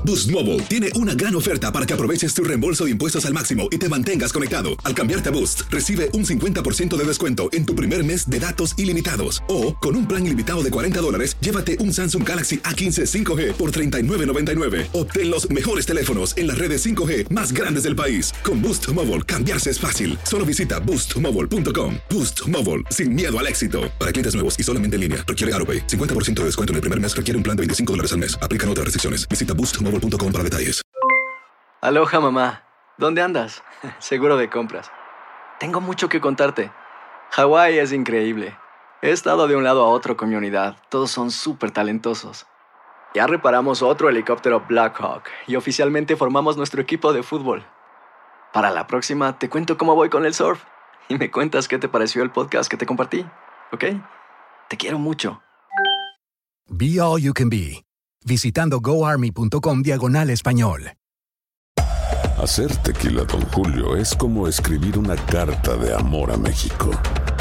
Boost Mobile tiene una gran oferta para que aproveches tu reembolso de impuestos al máximo y te mantengas conectado. Al cambiarte a Boost, recibe un 50% de descuento en tu primer mes de datos ilimitados. O, con un plan ilimitado de $40, llévate un Samsung Galaxy A15 5G por $39.99. Obtén los mejores teléfonos en las redes 5G más grandes del país. Con Boost Mobile, cambiarse es fácil. Solo visita boostmobile.com. Boost Mobile, sin miedo al éxito. Para clientes nuevos y solamente en línea, requiere AroPay. 50% de descuento en el primer mes requiere un plan de $25 al mes. Aplican otras restricciones. Visita boostmobile.com para detalles. Aloha, mamá. ¿Dónde andas? Seguro de compras. Tengo mucho que contarte. Hawái es increíble. He estado de un lado a otro con mi unidad. Todos son súper talentosos. Ya reparamos otro helicóptero Blackhawk y oficialmente formamos nuestro equipo de fútbol. Para la próxima te cuento cómo voy con el surf y me cuentas qué te pareció el podcast que te compartí, ¿ok? Te quiero mucho. Be All You Can Be, visitando goarmy.com/español. Hacer tequila Don Julio es como escribir una carta de amor a México.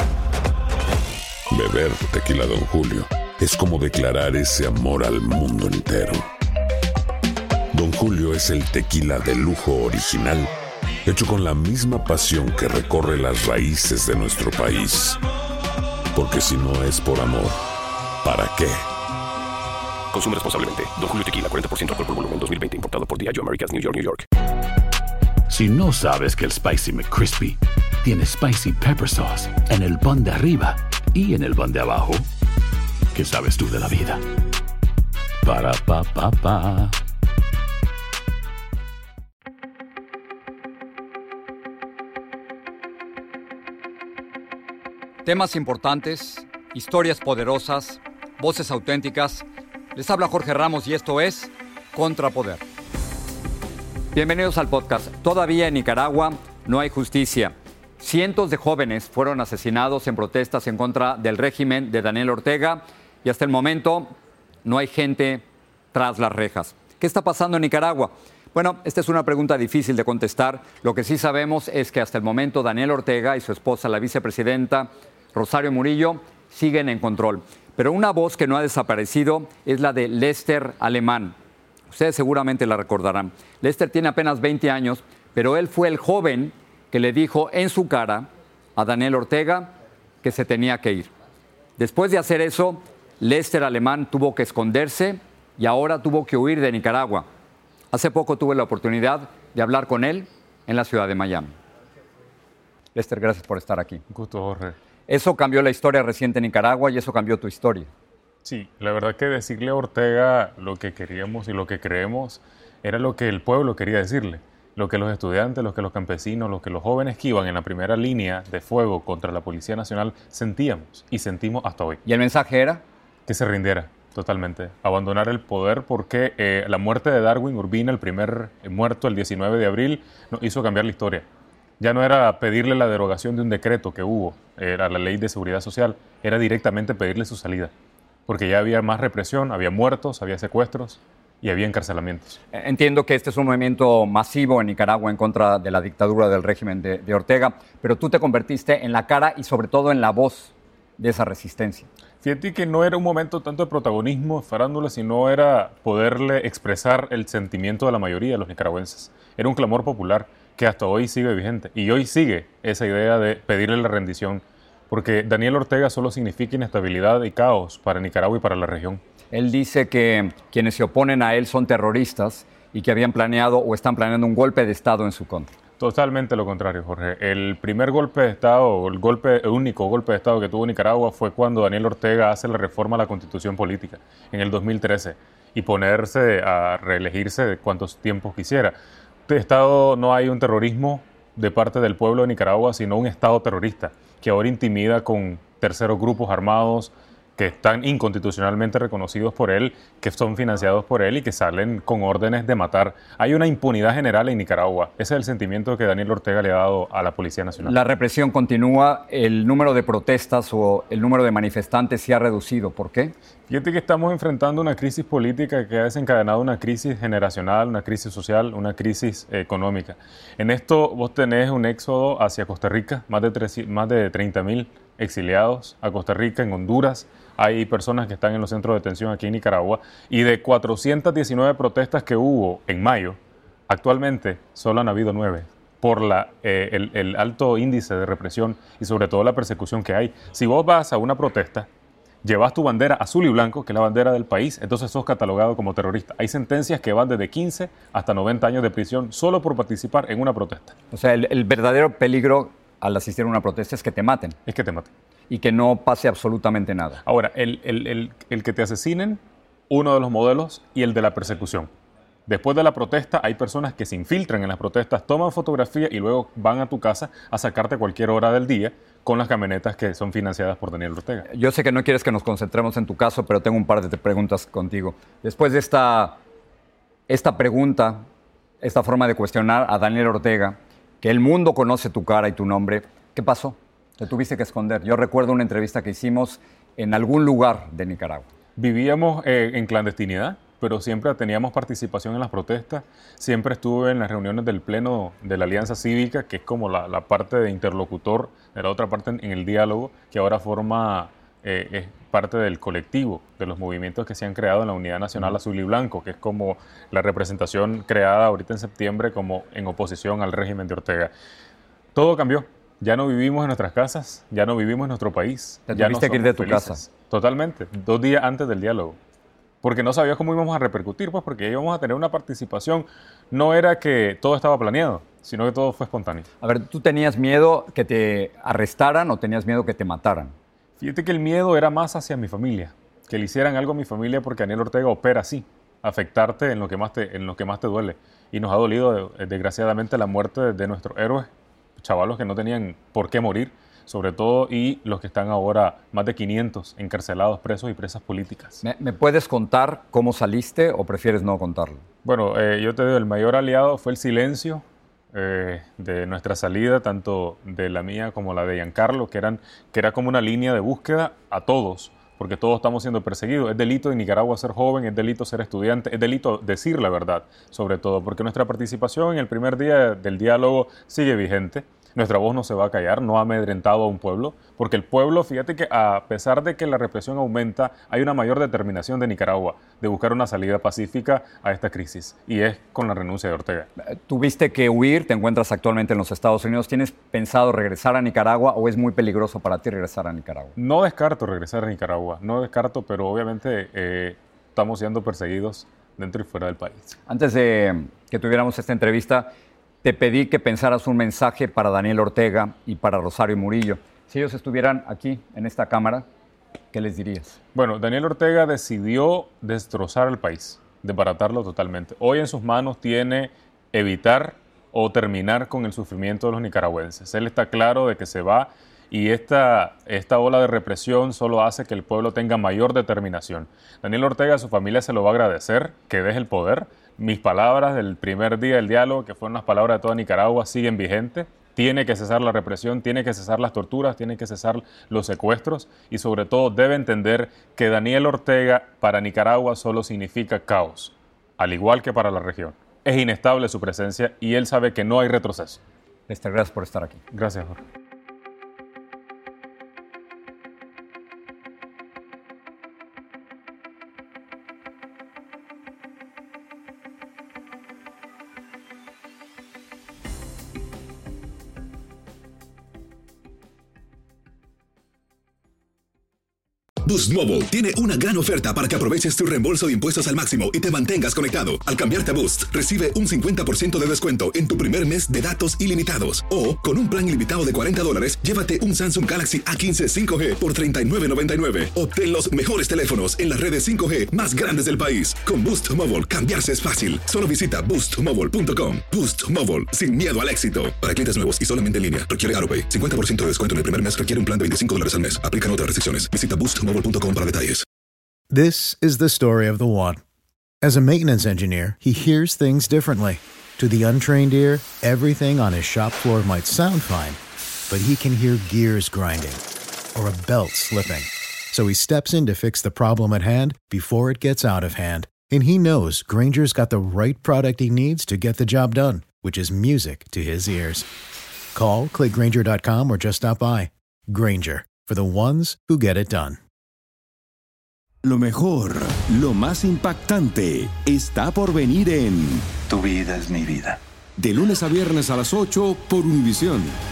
Beber tequila Don Julio es como declarar ese amor al mundo entero. Don Julio es el tequila de lujo original, hecho con la misma pasión que recorre las raíces de nuestro país. Porque si no es por amor, ¿para qué? Consume responsablemente. Don Julio Tequila, 40% alcohol por volumen, 2020. Importado por Diageo Americas, New York, New York. Si no sabes que el Spicy McCrispy tiene Spicy Pepper Sauce en el pan de arriba y en el pan de abajo, ¿qué sabes tú de la vida? Para, pa, pa, pa. Temas importantes, historias poderosas, voces auténticas. Les habla Jorge Ramos y esto es Contrapoder. Bienvenidos al podcast. Todavía en Nicaragua no hay justicia. Cientos de jóvenes fueron asesinados en protestas en contra del régimen de Daniel Ortega y hasta el momento no hay gente tras las rejas. ¿Qué está pasando en Nicaragua? Bueno, esta es una pregunta difícil de contestar. Lo que sí sabemos es que hasta el momento Daniel Ortega y su esposa, la vicepresidenta Rosario Murillo, siguen en control. Pero una voz que no ha desaparecido es la de Lester Alemán. Ustedes seguramente la recordarán. Lester tiene apenas 20 años, pero él fue el joven que le dijo en su cara a Daniel Ortega que se tenía que ir. Después de hacer eso, Lester Alemán tuvo que esconderse y ahora tuvo que huir de Nicaragua. Hace poco tuve la oportunidad de hablar con él en la ciudad de Miami. Lester, gracias por estar aquí. Un gusto, Jorge. Eso cambió la historia reciente en Nicaragua y eso cambió tu historia. Sí, la verdad que decirle a Ortega lo que queríamos y lo que creemos era lo que el pueblo quería decirle. Lo que los estudiantes, lo que los campesinos, lo que los jóvenes que iban en la primera línea de fuego contra la Policía Nacional sentíamos y sentimos hasta hoy. ¿Y el mensaje era? Que se rindiera totalmente, abandonar el poder porque la muerte de Darwin Urbina, el primer muerto el 19 de abril, nos hizo cambiar la historia. Ya no era pedirle la derogación de un decreto que hubo, era la ley de seguridad social, era directamente pedirle su salida. Porque ya había más represión, había muertos, había secuestros y había encarcelamientos. Entiendo que este es un movimiento masivo en Nicaragua en contra de la dictadura del régimen de Ortega, pero tú te convertiste en la cara y sobre todo en la voz de esa resistencia. Fíjate que no era un momento tanto de protagonismo, farándula, sino era poderle expresar el sentimiento de la mayoría de los nicaragüenses. Era un clamor popular que hasta hoy sigue vigente. Y hoy sigue esa idea de pedirle la rendición, porque Daniel Ortega solo significa inestabilidad y caos para Nicaragua y para la región. Él dice que quienes se oponen a él son terroristas y que habían planeado o están planeando un golpe de Estado en su contra. Totalmente lo contrario, Jorge. El primer golpe de Estado, el único golpe de Estado que tuvo Nicaragua fue cuando Daniel Ortega hace la reforma a la Constitución Política en el 2013 y ponerse a reelegirse de cuantos tiempos quisiera. De Estado no hay un terrorismo de parte del pueblo de Nicaragua, sino un Estado terrorista que ahora intimida con terceros grupos armados que están inconstitucionalmente reconocidos por él, que son financiados por él y que salen con órdenes de matar. Hay una impunidad general en Nicaragua. Ese es el sentimiento que Daniel Ortega le ha dado a la Policía Nacional. La represión continúa, el número de protestas o el número de manifestantes se ha reducido. ¿Por qué? Fíjate que estamos enfrentando una crisis política que ha desencadenado una crisis generacional, una crisis social, una crisis económica. En esto vos tenés un éxodo hacia Costa Rica, más de 30,000 exiliados a Costa Rica, en Honduras. Hay personas que están en los centros de detención aquí en Nicaragua. Y de 419 protestas que hubo en mayo, actualmente solo han habido 9 por el alto índice de represión y sobre todo la persecución que hay. Si vos vas a una protesta, llevas tu bandera azul y blanco, que es la bandera del país, entonces sos catalogado como terrorista. Hay sentencias que van desde 15 hasta 90 años de prisión solo por participar en una protesta. O sea, el verdadero peligro al asistir a una protesta es que te maten. Es que te maten. Y que no pase absolutamente nada. Ahora, el que te asesinen, uno de los modelos, y el de la persecución. Después de la protesta hay personas que se infiltran en las protestas, toman fotografía y luego van a tu casa a sacarte cualquier hora del día con las camionetas que son financiadas por Daniel Ortega. Yo sé que no quieres que nos concentremos en tu caso, pero tengo un par de preguntas contigo. Después de esta pregunta, esta forma de cuestionar a Daniel Ortega, que el mundo conoce tu cara y tu nombre, ¿qué pasó? Te tuviste que esconder. Yo recuerdo una entrevista que hicimos en algún lugar de Nicaragua. Vivíamos en clandestinidad, pero siempre teníamos participación en las protestas. Siempre estuve en las reuniones del Pleno de la Alianza Cívica, que es como la parte de interlocutor de la otra parte en el diálogo, que ahora forma es parte del colectivo de los movimientos que se han creado en la Unidad Nacional Azul y Blanco, que es como la representación creada ahorita en septiembre como en oposición al régimen de Ortega. Todo cambió. Ya no vivimos en nuestras casas, ya no vivimos en nuestro país. Te ya tuviste no que ir de tu felices. casa. Totalmente, 2 días antes del diálogo. Porque no sabía cómo íbamos a repercutir, pues porque íbamos a tener una participación. No era que todo estaba planeado, sino que todo fue espontáneo. A ver, ¿tú tenías miedo que te arrestaran o tenías miedo que te mataran? Fíjate que el miedo era más hacia mi familia, que le hicieran algo a mi familia porque Daniel Ortega opera así, afectarte en lo que más te duele. Y nos ha dolido, desgraciadamente, la muerte de nuestros héroes, chavalos que no tenían por qué morir, sobre todo, y los que están ahora, más de 500 encarcelados, presos y presas políticas. ¿Me puedes contar cómo saliste o prefieres no contarlo? Bueno, yo te digo, el mayor aliado fue el silencio de nuestra salida, tanto de la mía como la de Giancarlo, que era como una línea de búsqueda a todos, porque todos estamos siendo perseguidos. Es delito en Nicaragua ser joven, es delito ser estudiante, es delito decir la verdad, sobre todo, porque nuestra participación en el primer día del diálogo sigue vigente. Nuestra voz no se va a callar, no ha amedrentado a un pueblo, porque el pueblo, fíjate que a pesar de que la represión aumenta, hay una mayor determinación de Nicaragua de buscar una salida pacífica a esta crisis, y es con la renuncia de Ortega. Tuviste que huir, te encuentras actualmente en los Estados Unidos. ¿Tienes pensado regresar a Nicaragua o es muy peligroso para ti regresar a Nicaragua? No descarto regresar a Nicaragua, no descarto, pero obviamente estamos siendo perseguidos dentro y fuera del país. Antes de que tuviéramos esta entrevista, te pedí que pensaras un mensaje para Daniel Ortega y para Rosario Murillo. Si ellos estuvieran aquí, en esta cámara, ¿qué les dirías? Bueno, Daniel Ortega decidió destrozar el país, desbaratarlo totalmente. Hoy en sus manos tiene evitar o terminar con el sufrimiento de los nicaragüenses. Él está claro de que se va y esta ola de represión solo hace que el pueblo tenga mayor determinación. Daniel Ortega a su familia se lo va a agradecer, que deje el poder. Mis palabras del primer día del diálogo, que fueron las palabras de toda Nicaragua, siguen vigentes. Tiene que cesar la represión, tiene que cesar las torturas, tiene que cesar los secuestros y sobre todo debe entender que Daniel Ortega para Nicaragua solo significa caos, al igual que para la región. Es inestable su presencia y él sabe que no hay retroceso. Lester, gracias por estar aquí. Gracias, Jorge. Boost Mobile tiene una gran oferta para que aproveches tu reembolso de impuestos al máximo y te mantengas conectado. Al cambiarte a Boost, recibe un 50% de descuento en tu primer mes de datos ilimitados. O, con un plan ilimitado de $40, llévate un Samsung Galaxy A15 5G por $39.99. Obtén los mejores teléfonos en las redes 5G más grandes del país. Con Boost Mobile, cambiarse es fácil. Solo visita boostmobile.com. Boost Mobile, sin miedo al éxito. Para clientes nuevos y solamente en línea, requiere AutoPay. 50% de descuento en el primer mes requiere un plan de $25 al mes. Aplican otras restricciones. Visita boostmobile.com para detalles. This is the story of the one. As a maintenance engineer, he hears things differently. To the untrained ear, everything on his shop floor might sound fine, but he can hear gears grinding or a belt slipping. So he steps in to fix the problem at hand before it gets out of hand. And he knows Grainger's got the right product he needs to get the job done, which is music to his ears. Call, click Grainger.com, or just stop by. Grainger, for the ones who get it done. Lo mejor, lo más impactante, está por venir en Tu vida es mi vida. De lunes a viernes a las 8 por Univisión.